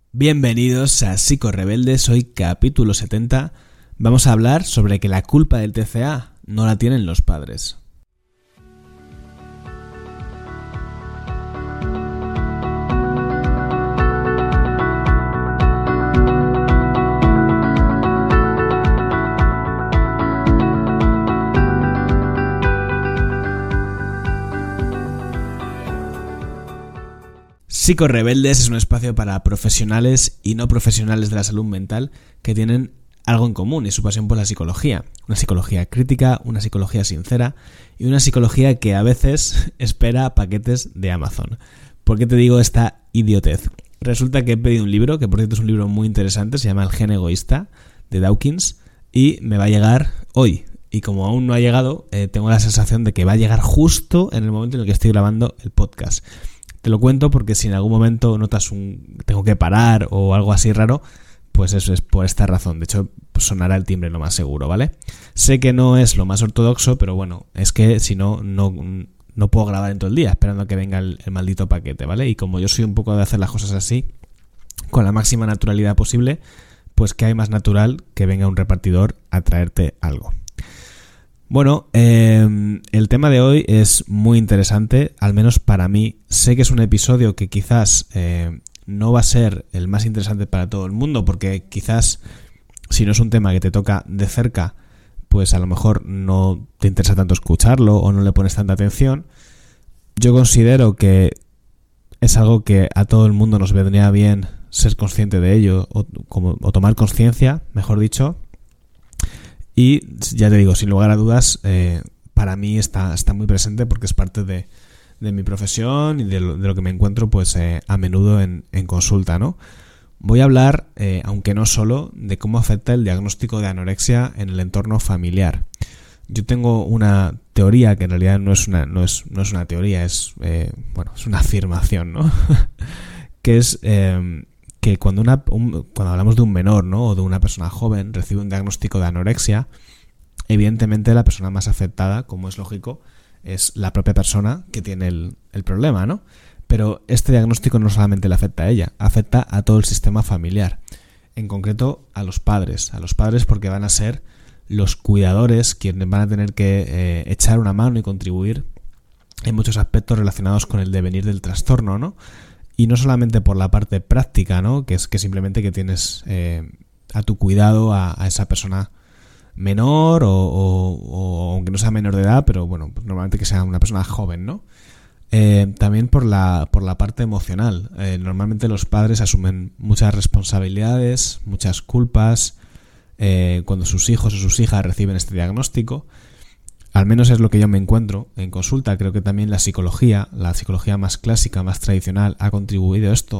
Bienvenidos a Psicorrebeldes, hoy capítulo 70. Vamos a hablar sobre que la culpa del TCA no la tienen los padres. Psicorrebeldes es un espacio para profesionales y no profesionales de la salud mental que tienen algo en común y su pasión por la psicología. Una psicología crítica, una psicología sincera y una psicología que a veces espera paquetes de Amazon. ¿Por qué te digo esta idiotez? Resulta que he pedido un libro, que por cierto es un libro muy interesante, se llama El gen egoísta, de Dawkins, y me va a llegar hoy. Y como aún no ha llegado, tengo la sensación de que va a llegar justo en el momento en el que estoy grabando el podcast. Te lo cuento porque si en algún momento notas tengo que parar o algo así raro, pues eso es por esta razón. De hecho, pues sonará el timbre lo más seguro, ¿vale? Sé que no es lo más ortodoxo, pero bueno, es que si no puedo grabar en todo el día esperando a que venga el maldito paquete, ¿vale? Y como yo soy un poco de hacer las cosas así, con la máxima naturalidad posible, pues que hay más natural que venga un repartidor a traerte algo. Bueno, el tema de hoy es muy interesante, al menos para mí. Sé que es un episodio que quizás no va a ser el más interesante para todo el mundo, porque quizás si no es un tema que te toca de cerca, pues a lo mejor no te interesa tanto escucharlo o no le pones tanta atención. Yo considero que es algo que a todo el mundo nos vendría bien ser consciente de ello o tomar conciencia, mejor dicho. Y ya te digo, sin lugar a dudas, para mí está muy presente porque es parte de mi profesión y de lo que me encuentro pues a menudo en consulta, ¿no? Voy a hablar, aunque no solo, de cómo afecta el diagnóstico de anorexia en el entorno familiar. Yo tengo una teoría que en realidad no es una teoría, es una afirmación, ¿no? Que es que cuando hablamos de un menor, ¿no? O de una persona joven recibe un diagnóstico de anorexia, evidentemente la persona más afectada, como es lógico, es la propia persona que tiene el problema, ¿no? Pero este diagnóstico no solamente le afecta a ella, afecta a todo el sistema familiar, en concreto a los padres porque van a ser los cuidadores quienes van a tener que echar una mano y contribuir en muchos aspectos relacionados con el devenir del trastorno, ¿no? Y no solamente por la parte práctica, ¿no? Que es que simplemente que tienes a tu cuidado a esa persona menor o aunque no sea menor de edad, pero bueno, pues normalmente que sea una persona joven, ¿no? También por la parte emocional. Normalmente los padres asumen muchas responsabilidades, muchas culpas cuando sus hijos o sus hijas reciben este diagnóstico. Al menos es lo que yo me encuentro en consulta. Creo que también la psicología más clásica, más tradicional, ha contribuido a esto,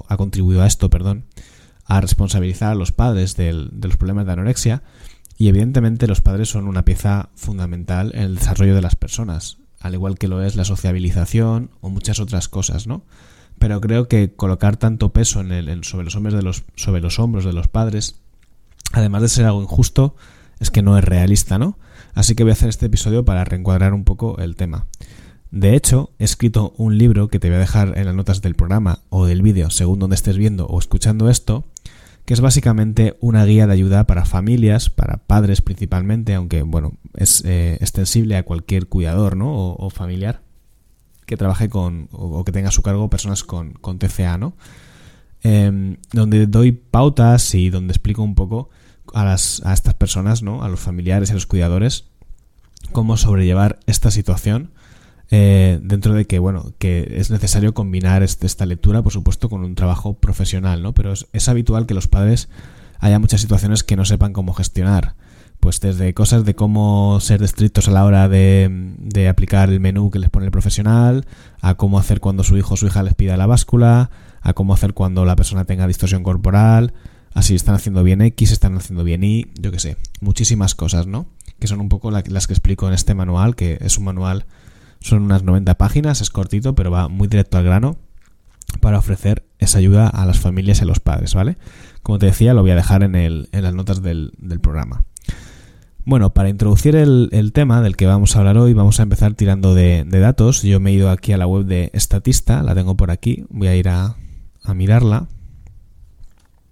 a responsabilizar a los padres de los problemas de anorexia. Y evidentemente los padres son una pieza fundamental en el desarrollo de las personas, al igual que lo es la sociabilización o muchas otras cosas, ¿no? Pero creo que colocar tanto peso sobre los hombros de los padres, además de ser algo injusto, es que no es realista, ¿no? Así que voy a hacer este episodio para reencuadrar un poco el tema. De hecho, he escrito un libro que te voy a dejar en las notas del programa o del vídeo, según donde estés viendo o escuchando esto, que es básicamente una guía de ayuda para familias, para padres principalmente, aunque bueno, es extensible a cualquier cuidador, ¿no? o familiar que trabaje o que tenga a su cargo personas con TCA, ¿no? Donde doy pautas y donde explico un poco a estas personas, ¿no? A los familiares y a los cuidadores, cómo sobrellevar esta situación, dentro de que es necesario combinar esta lectura, por supuesto, con un trabajo profesional, ¿no? Pero es habitual que los padres haya muchas situaciones que no sepan cómo gestionar, pues desde cosas de cómo ser estrictos a la hora de aplicar el menú que les pone el profesional, a cómo hacer cuando su hijo o su hija les pida la báscula, a cómo hacer cuando la persona tenga distorsión corporal, así están haciendo bien X, están haciendo bien Y, yo qué sé, muchísimas cosas, ¿no? Que son un poco las que explico en este manual, que es un manual, son unas 90 páginas, es cortito, pero va muy directo al grano para ofrecer esa ayuda a las familias y a los padres, ¿vale? Como te decía, lo voy a dejar en las notas del programa. Bueno, para introducir el tema del que vamos a hablar hoy, vamos a empezar tirando de datos. Yo me he ido aquí a la web de Statista, la tengo por aquí, voy a ir a mirarla.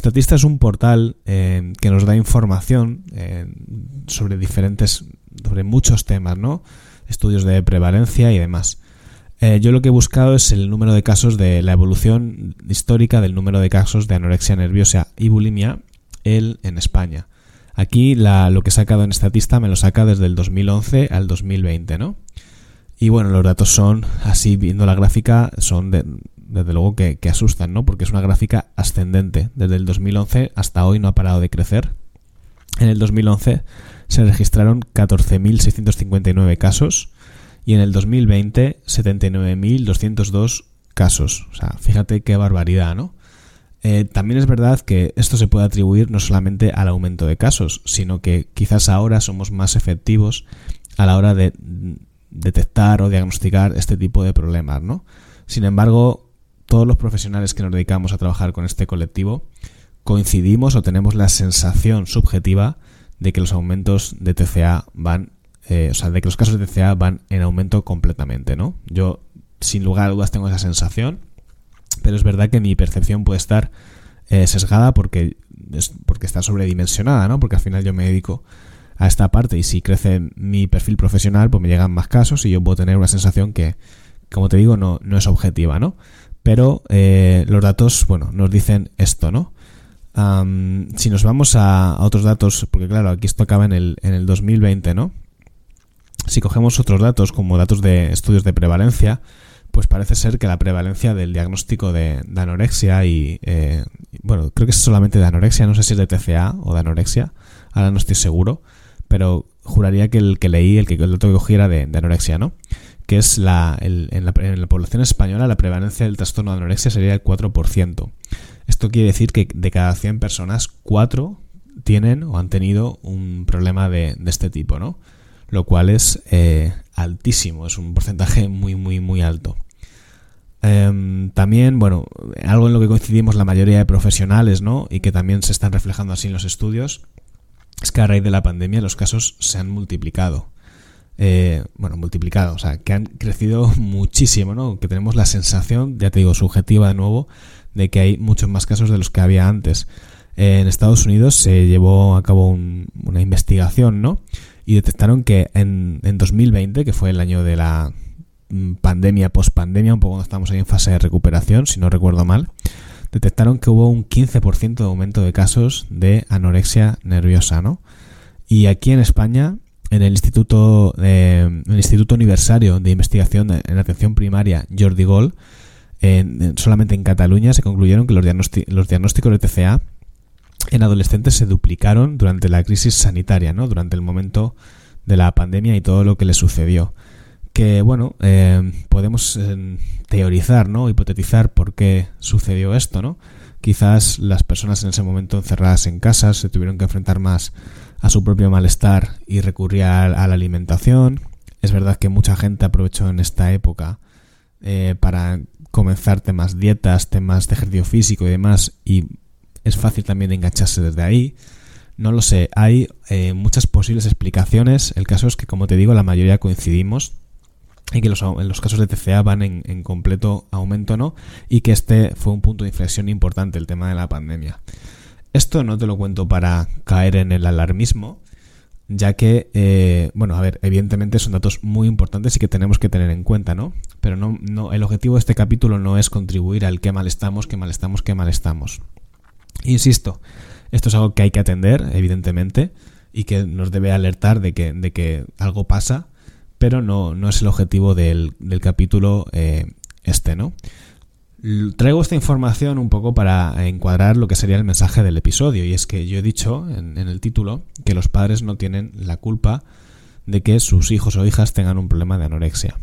Statista es un portal que nos da información sobre muchos temas, ¿no? Estudios de prevalencia y demás. Yo lo que he buscado es el número de casos de la evolución histórica del número de casos de anorexia nerviosa y bulimia en España. Aquí lo que he sacado en Statista me lo saca desde el 2011 al 2020, ¿no? Y bueno, los datos son, así viendo la gráfica, son desde luego que asustan, ¿no? Porque es una gráfica ascendente. Desde el 2011 hasta hoy no ha parado de crecer. En el 2011 se registraron 14.659 casos y en el 2020 79.202 casos. O sea, fíjate qué barbaridad, ¿no? También es verdad que esto se puede atribuir no solamente al aumento de casos, sino que quizás ahora somos más efectivos a la hora de detectar o diagnosticar este tipo de problemas, ¿no? Sin embargo, todos los profesionales que nos dedicamos a trabajar con este colectivo coincidimos o tenemos la sensación subjetiva de que los aumentos de TCA de que los casos de TCA van en aumento completamente, ¿no? Yo, sin lugar a dudas, tengo esa sensación, pero es verdad que mi percepción puede estar sesgada porque está sobredimensionada, ¿no? Porque al final yo me dedico a esta parte y si crece mi perfil profesional, pues me llegan más casos y yo puedo tener una sensación que, como te digo, no es objetiva, ¿no? Pero los datos, bueno, nos dicen esto, ¿no? Si nos vamos a otros datos, porque claro, aquí esto acaba en el 2020, ¿no? Si cogemos otros datos, como datos de estudios de prevalencia, pues parece ser que la prevalencia del diagnóstico de anorexia y, bueno, creo que es solamente de anorexia, no sé si es de TCA o de anorexia, ahora no estoy seguro, pero juraría que el dato que cogí era de anorexia, ¿no? Que es en la población española la prevalencia del trastorno de anorexia sería el 4%. Esto quiere decir que de cada 100 personas, 4 tienen o han tenido un problema de este tipo, ¿no? Lo cual es altísimo, es un porcentaje muy, muy, muy alto. También, bueno, algo en lo que coincidimos la mayoría de profesionales, ¿no? Y que también se están reflejando así en los estudios, es que a raíz de la pandemia los casos se han multiplicado. O sea, que han crecido muchísimo, ¿no? Que tenemos la sensación, ya te digo, subjetiva de nuevo, de que hay muchos más casos de los que había antes. En Estados Unidos se llevó a cabo una investigación, ¿no? Y detectaron que en 2020, que fue el año de la pandemia, pospandemia, un poco cuando estamos ahí en fase de recuperación, si no recuerdo mal, detectaron que hubo un 15% de aumento de casos de anorexia nerviosa, ¿no? Y aquí en España, en el Instituto Universitario de Investigación en Atención Primaria Jordi Gol, solamente en Cataluña se concluyeron que los diagnósticos de TCA en adolescentes se duplicaron durante la crisis sanitaria, ¿no? Durante el momento de la pandemia y todo lo que le sucedió. Que, bueno, podemos teorizar, ¿no? Hipotetizar por qué sucedió esto, ¿no? Quizás las personas en ese momento encerradas en casa se tuvieron que enfrentar más a su propio malestar y recurrir a la alimentación. Es verdad que mucha gente aprovechó en esta época para comenzar temas dietas, temas de ejercicio físico y demás, y es fácil también engancharse desde ahí. No lo sé, hay muchas posibles explicaciones. El caso es que, como te digo, la mayoría coincidimos en que los casos de TCA van en completo aumento, ¿no? Y que este fue un punto de inflexión importante, el tema de la pandemia. Esto no te lo cuento para caer en el alarmismo, ya que, evidentemente son datos muy importantes y que tenemos que tener en cuenta, ¿no? Pero no, el objetivo de este capítulo no es contribuir al qué mal estamos. Insisto, esto es algo que hay que atender, evidentemente, y que nos debe alertar de que algo pasa, pero no es el objetivo del capítulo ¿no? Traigo esta información un poco para encuadrar lo que sería el mensaje del episodio, y es que yo he dicho en el título que los padres no tienen la culpa de que sus hijos o hijas tengan un problema de anorexia.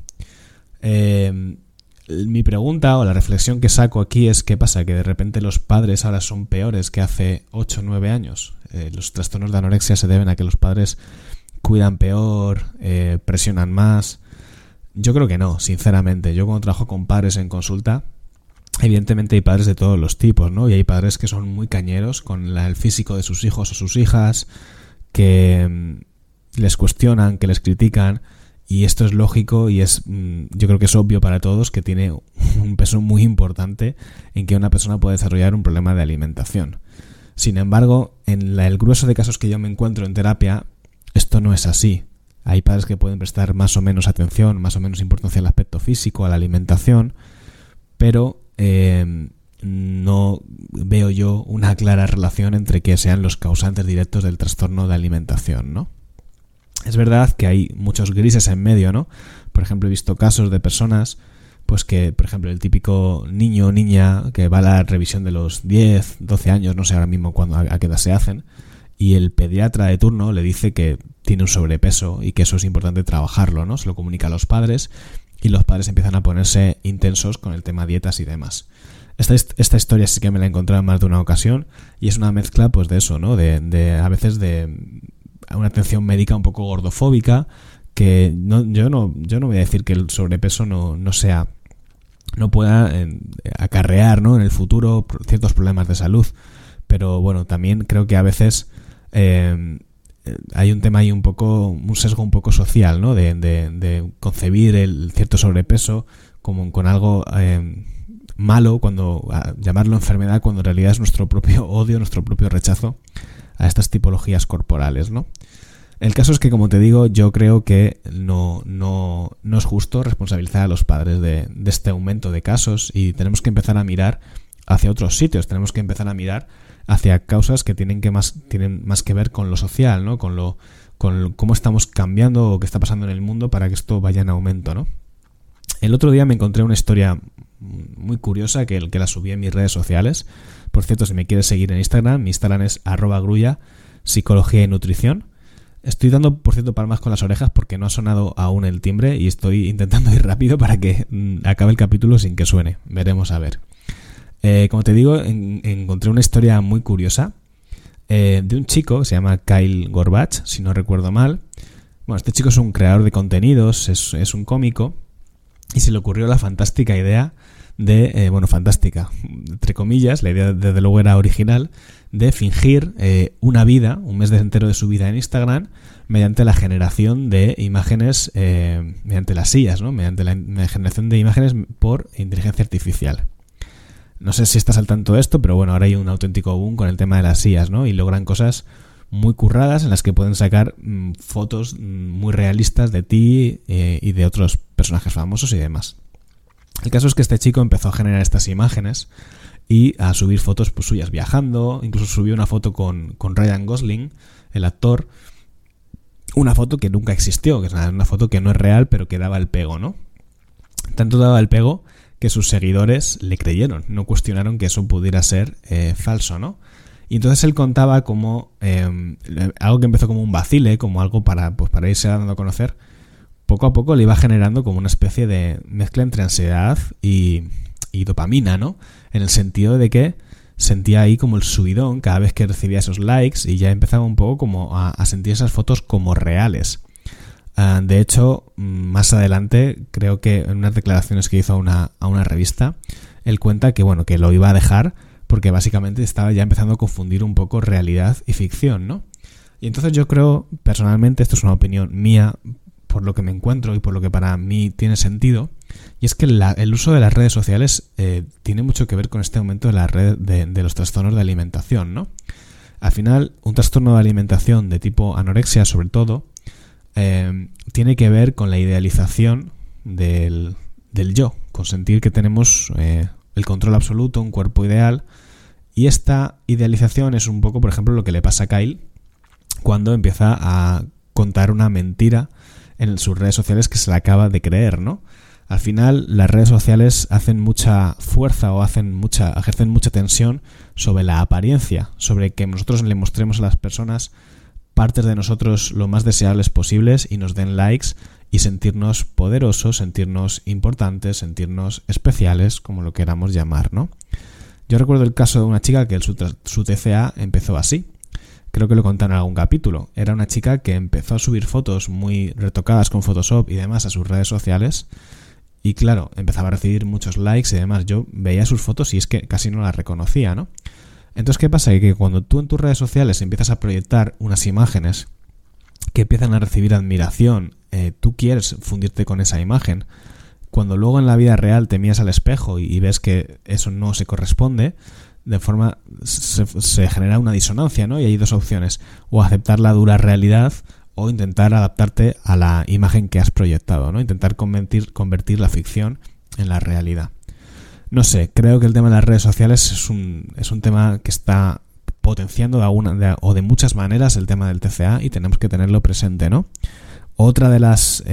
Mi pregunta o la reflexión que saco aquí es ¿qué pasa? Que de repente los padres ahora son peores que hace 8 o 9 años. Los trastornos de anorexia se deben a que los padres cuidan peor, presionan más. Yo creo que no, sinceramente. Yo cuando trabajo con padres en consulta, evidentemente hay padres de todos los tipos, ¿no? Y hay padres que son muy cañeros con el físico de sus hijos o sus hijas, que les cuestionan, que les critican. Y esto es lógico y yo creo que es obvio para todos que tiene un peso muy importante en que una persona pueda desarrollar un problema de alimentación. Sin embargo, en el grueso de casos que yo me encuentro en terapia, esto no es así. Hay padres que pueden prestar más o menos atención, más o menos importancia al aspecto físico, a la alimentación, pero no veo yo una clara relación entre que sean los causantes directos del trastorno de alimentación, ¿no? Es verdad que hay muchos grises en medio, ¿no? Por ejemplo, he visto casos de personas, pues que, por ejemplo, el típico niño o niña que va a la revisión de los 10, 12 años, no sé ahora mismo a qué edad se hacen, y el pediatra de turno le dice que tiene un sobrepeso y que eso es importante trabajarlo, ¿no? Se lo comunica a los padres y los padres empiezan a ponerse intensos con el tema dietas y demás. Esta historia sí que me la he encontrado en más de una ocasión y es una mezcla, pues, de eso, ¿no? De a veces de una atención médica un poco gordofóbica, que yo no voy a decir que el sobrepeso no pueda acarrear, ¿no?, en el futuro ciertos problemas de salud, pero bueno, también creo que a veces hay un tema ahí un sesgo un poco social, ¿no?, de concebir el cierto sobrepeso como con algo malo, llamarlo enfermedad, cuando en realidad es nuestro propio odio, nuestro propio rechazo a estas tipologías corporales, ¿no? El caso es que, como te digo, yo creo que no es justo responsabilizar a los padres de este aumento de casos y tenemos que empezar a mirar hacia otros sitios, tenemos que empezar a mirar hacia causas que tienen más que ver con lo social, ¿no? Con cómo estamos cambiando o qué está pasando en el mundo para que esto vaya en aumento, ¿no? El otro día me encontré una historia muy curiosa que la subí en mis redes sociales. Por cierto, si me quieres seguir en Instagram, mi Instagram es @grulla psicología y nutrición. Estoy dando, por cierto, palmas con las orejas porque no ha sonado aún el timbre y estoy intentando ir rápido para que acabe el capítulo sin que suene. Veremos a ver. Como te digo, encontré una historia muy curiosa de un chico que se llama Kyle Gorbach, si no recuerdo mal. Bueno, este chico es un creador de contenidos, es un cómico y se le ocurrió la fantástica idea fantástica, entre comillas, la idea desde luego era original, de fingir un mes entero de su vida en Instagram mediante la generación de imágenes, mediante las IAs, ¿no? Mediante la generación de imágenes por inteligencia artificial. No sé si estás al tanto de esto, pero bueno, ahora hay un auténtico boom con el tema de las IAs, ¿no? Y logran cosas muy curradas en las que pueden sacar fotos muy realistas de ti y de otros personajes famosos y demás. El caso es que este chico empezó a generar estas imágenes y a subir fotos, pues, suyas viajando. Incluso subió una foto con Ryan Gosling, el actor. Una foto que nunca existió, que es una foto que no es real, pero que daba el pego, ¿no? Tanto daba el pego que sus seguidores le creyeron, no cuestionaron que eso pudiera ser falso, ¿no? Y entonces él contaba como algo que empezó como un vacile, como algo para irse dando a conocer. Poco a poco le iba generando como una especie de mezcla entre ansiedad y dopamina, ¿no? En el sentido de que sentía ahí como el subidón cada vez que recibía esos likes y ya empezaba un poco como a sentir esas fotos como reales. De hecho, más adelante, creo que en unas declaraciones que hizo a una revista, él cuenta que, bueno, que lo iba a dejar porque básicamente estaba ya empezando a confundir un poco realidad y ficción, ¿no? Y entonces yo creo, personalmente, esto es una opinión mía, por lo que me encuentro y por lo que para mí tiene sentido, y es que el uso de las redes sociales tiene mucho que ver con este aumento de la red de los trastornos de alimentación, ¿no? Al final, un trastorno de alimentación de tipo anorexia, sobre todo, tiene que ver con la idealización del yo, con sentir que tenemos el control absoluto, un cuerpo ideal, y esta idealización es un poco, por ejemplo, lo que le pasa a Kyle cuando empieza a contar una mentira en sus redes sociales que se la acaba de creer, ¿no? Al final, las redes sociales hacen mucha fuerza o ejercen mucha tensión sobre la apariencia, sobre que nosotros le mostremos a las personas partes de nosotros lo más deseables posibles y nos den likes y sentirnos poderosos, sentirnos importantes, sentirnos especiales, como lo queramos llamar, ¿no? Yo recuerdo el caso de una chica que su TCA empezó así. Creo que lo conté en algún capítulo. Era una chica que empezó a subir fotos muy retocadas con Photoshop y demás a sus redes sociales. Y claro, empezaba a recibir muchos likes y demás. Yo veía sus fotos y es que casi no las reconocía, ¿no? Entonces, ¿qué pasa? Que cuando tú en tus redes sociales empiezas a proyectar unas imágenes que empiezan a recibir admiración, tú quieres fundirte con esa imagen. Cuando luego en la vida real te miras al espejo y ves que eso no se corresponde, de forma se genera una disonancia, ¿no? Y hay dos opciones: o aceptar la dura realidad o intentar adaptarte a la imagen que has proyectado, ¿no? Intentar convertir la ficción en la realidad. No sé, creo que el tema de las redes sociales es un tema que está potenciando de muchas maneras el tema del TCA, y tenemos que tenerlo presente, ¿no? Otra de las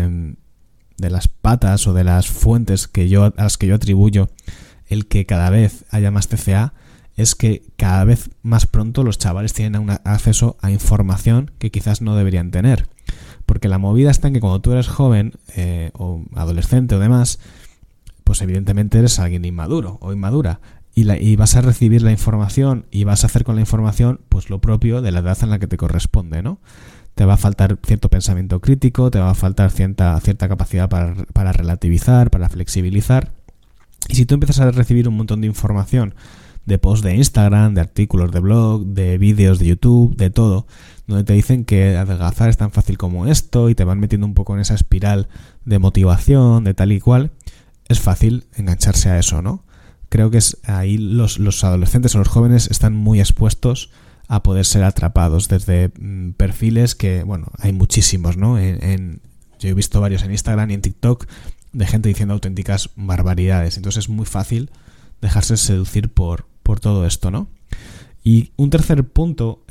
patas o de las fuentes a las que yo atribuyo el que cada vez haya más TCA es que cada vez más pronto los chavales tienen acceso a información que quizás no deberían tener. Porque la movida está en que cuando tú eres joven o adolescente o demás, pues evidentemente eres alguien inmaduro o inmadura, y vas a recibir la información y vas a hacer con la información pues lo propio de la edad en la que te corresponde, ¿no? Te va a faltar cierto pensamiento crítico, te va a faltar cierta capacidad para relativizar, para flexibilizar. Y si tú empiezas a recibir un montón de información, de posts de Instagram, de artículos de blog, de vídeos de YouTube, de todo, donde te dicen que adelgazar es tan fácil como esto y te van metiendo un poco en esa espiral de motivación, de tal y cual, es fácil engancharse a eso, ¿no? Creo que ahí los adolescentes o los jóvenes están muy expuestos a poder ser atrapados desde perfiles que, bueno, hay muchísimos, ¿no? Yo he visto varios en Instagram y en TikTok de gente diciendo auténticas barbaridades. Entonces es muy fácil dejarse seducir por todo esto, ¿no? Y un tercer punto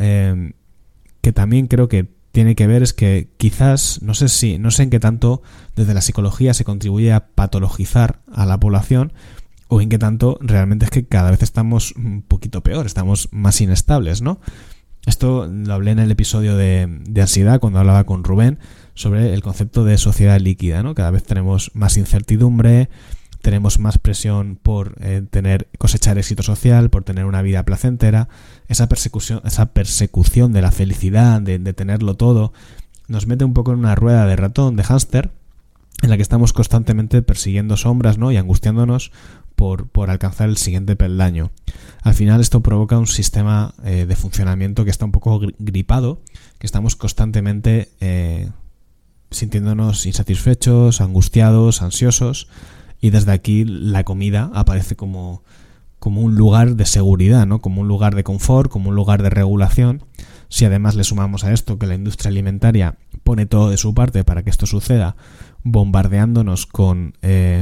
que también creo que tiene que ver es que quizás, no sé en qué tanto desde la psicología se contribuye a patologizar a la población, o en qué tanto realmente es que cada vez estamos un poquito peor, estamos más inestables, ¿no? Esto lo hablé en el episodio de ansiedad, cuando hablaba con Rubén sobre el concepto de sociedad líquida, ¿no? Cada vez tenemos más incertidumbre, tenemos más presión por cosechar éxito social, por tener una vida placentera. Esa persecución de la felicidad, de tenerlo todo, nos mete un poco en una rueda de ratón, de hámster, en la que estamos constantemente persiguiendo sombras, ¿no? Y angustiándonos por alcanzar el siguiente peldaño. Al final esto provoca un sistema de funcionamiento que está un poco gripado, que estamos constantemente sintiéndonos insatisfechos, angustiados, ansiosos, y desde aquí la comida aparece como un lugar de seguridad, ¿no? Como un lugar de confort, como un lugar de regulación. Si además le sumamos a esto que la industria alimentaria pone todo de su parte para que esto suceda, bombardeándonos con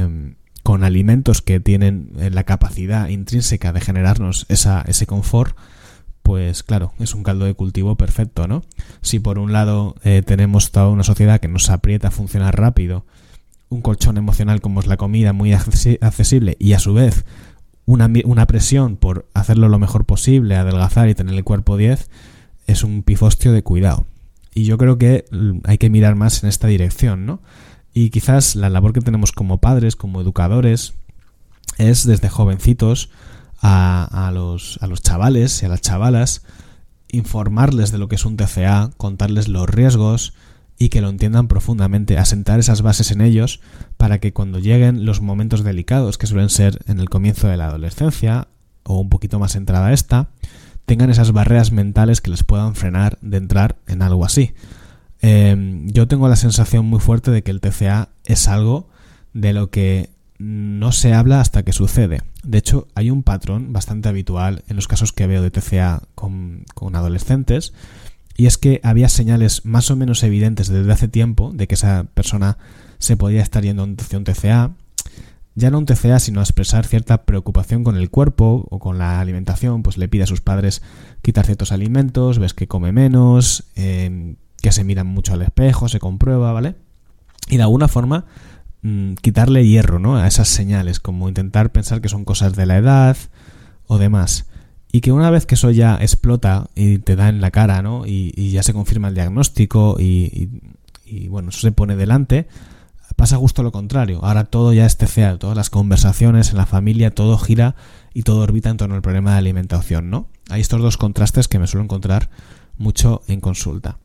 alimentos que tienen la capacidad intrínseca de generarnos ese confort, pues claro, es un caldo de cultivo perfecto, ¿no? Si por un lado tenemos toda una sociedad que nos aprieta a funcionar rápido, un colchón emocional como es la comida muy accesible, y a su vez una presión por hacerlo lo mejor posible, adelgazar y tener el cuerpo 10, es un pifostio de cuidado. Y yo creo que hay que mirar más en esta dirección, ¿no? Y quizás la labor que tenemos como padres, como educadores, es desde jovencitos a los chavales y a las chavalas informarles de lo que es un TCA, contarles los riesgos y que lo entiendan profundamente, asentar esas bases en ellos para que cuando lleguen los momentos delicados, que suelen ser en el comienzo de la adolescencia o un poquito más entrada esta, tengan esas barreras mentales que les puedan frenar de entrar en algo así. Yo tengo la sensación muy fuerte de que el TCA es algo de lo que no se habla hasta que sucede. De hecho, hay un patrón bastante habitual en los casos que veo de TCA con adolescentes, y es que había señales más o menos evidentes desde hace tiempo de que esa persona se podía estar yendo hacia un TCA. Ya no un TCA, sino a expresar cierta preocupación con el cuerpo o con la alimentación. Pues le pide a sus padres quitar ciertos alimentos, ves que come menos, que se mira mucho al espejo, se comprueba, ¿vale? Y de alguna forma quitarle hierro, ¿no?, a esas señales, como intentar pensar que son cosas de la edad o demás. Y que una vez que eso ya explota y te da en la cara, ¿no?, y ya se confirma el diagnóstico y bueno, eso se pone delante, pasa justo lo contrario. Ahora todo ya es TCA, todas las conversaciones en la familia, todo gira y todo orbita en torno al problema de alimentación, ¿no? Hay estos dos contrastes que me suelo encontrar mucho en consulta.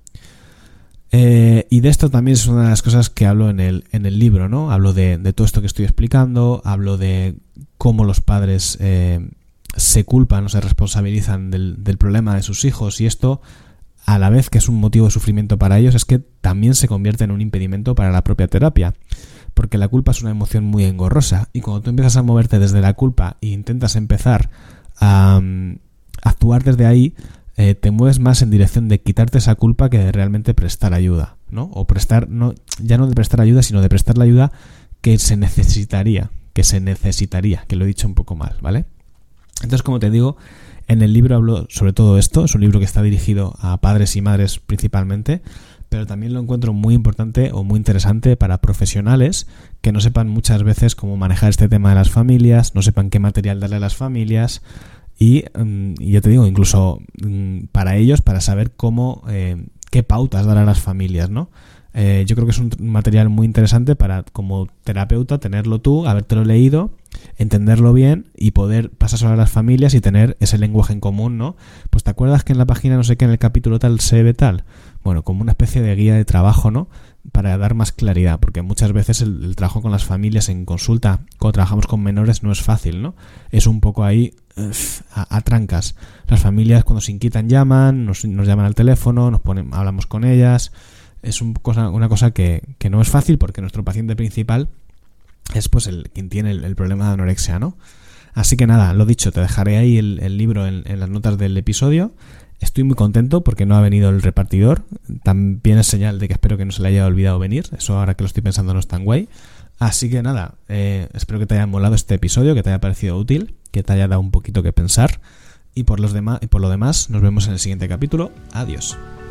Y de esto también es una de las cosas que hablo en el libro, ¿no? Hablo de todo esto que estoy explicando, hablo de cómo los padres se culpan o se responsabilizan del problema de sus hijos, y esto, a la vez que es un motivo de sufrimiento para ellos, es que también se convierte en un impedimento para la propia terapia, porque la culpa es una emoción muy engorrosa, y cuando tú empiezas a moverte desde la culpa e intentas empezar actuar desde ahí, te mueves más en dirección de quitarte esa culpa que de realmente prestar ayuda, ¿no? O prestar, no, ya no de prestar ayuda, sino de prestar la ayuda que se necesitaría, que lo he dicho un poco mal, ¿vale? Entonces, como te digo, en el libro hablo sobre todo esto. Es un libro que está dirigido a padres y madres principalmente, pero también lo encuentro muy importante o muy interesante para profesionales que no sepan muchas veces cómo manejar este tema de las familias, no sepan qué material darle a las familias y ya te digo, incluso para ellos, para saber cómo, qué pautas dar a las familias, ¿no? Yo creo que es un material muy interesante para, como terapeuta, tenerlo tú, habértelo leído, entenderlo bien y poder pasárselo a las familias y tener ese lenguaje en común, ¿no? Pues te acuerdas que en la página no sé qué, en el capítulo tal se ve tal. Bueno, como una especie de guía de trabajo, ¿no? Para dar más claridad, porque muchas veces el trabajo con las familias en consulta, cuando trabajamos con menores, no es fácil, ¿no? Es un poco ahí a trancas. Las familias cuando se inquietan llaman, nos llaman al teléfono, hablamos con ellas. Es una cosa que no es fácil porque nuestro paciente principal es pues quien tiene el problema de anorexia, ¿no? Así que nada, lo dicho, te dejaré ahí el libro en las notas del episodio. Estoy muy contento porque no ha venido el repartidor. También es señal de que espero que no se le haya olvidado venir. Eso ahora que lo estoy pensando no es tan guay. Así que nada, espero que te haya molado este episodio, que te haya parecido útil, que te haya dado un poquito que pensar. Y por lo demás, nos vemos en el siguiente capítulo. Adiós.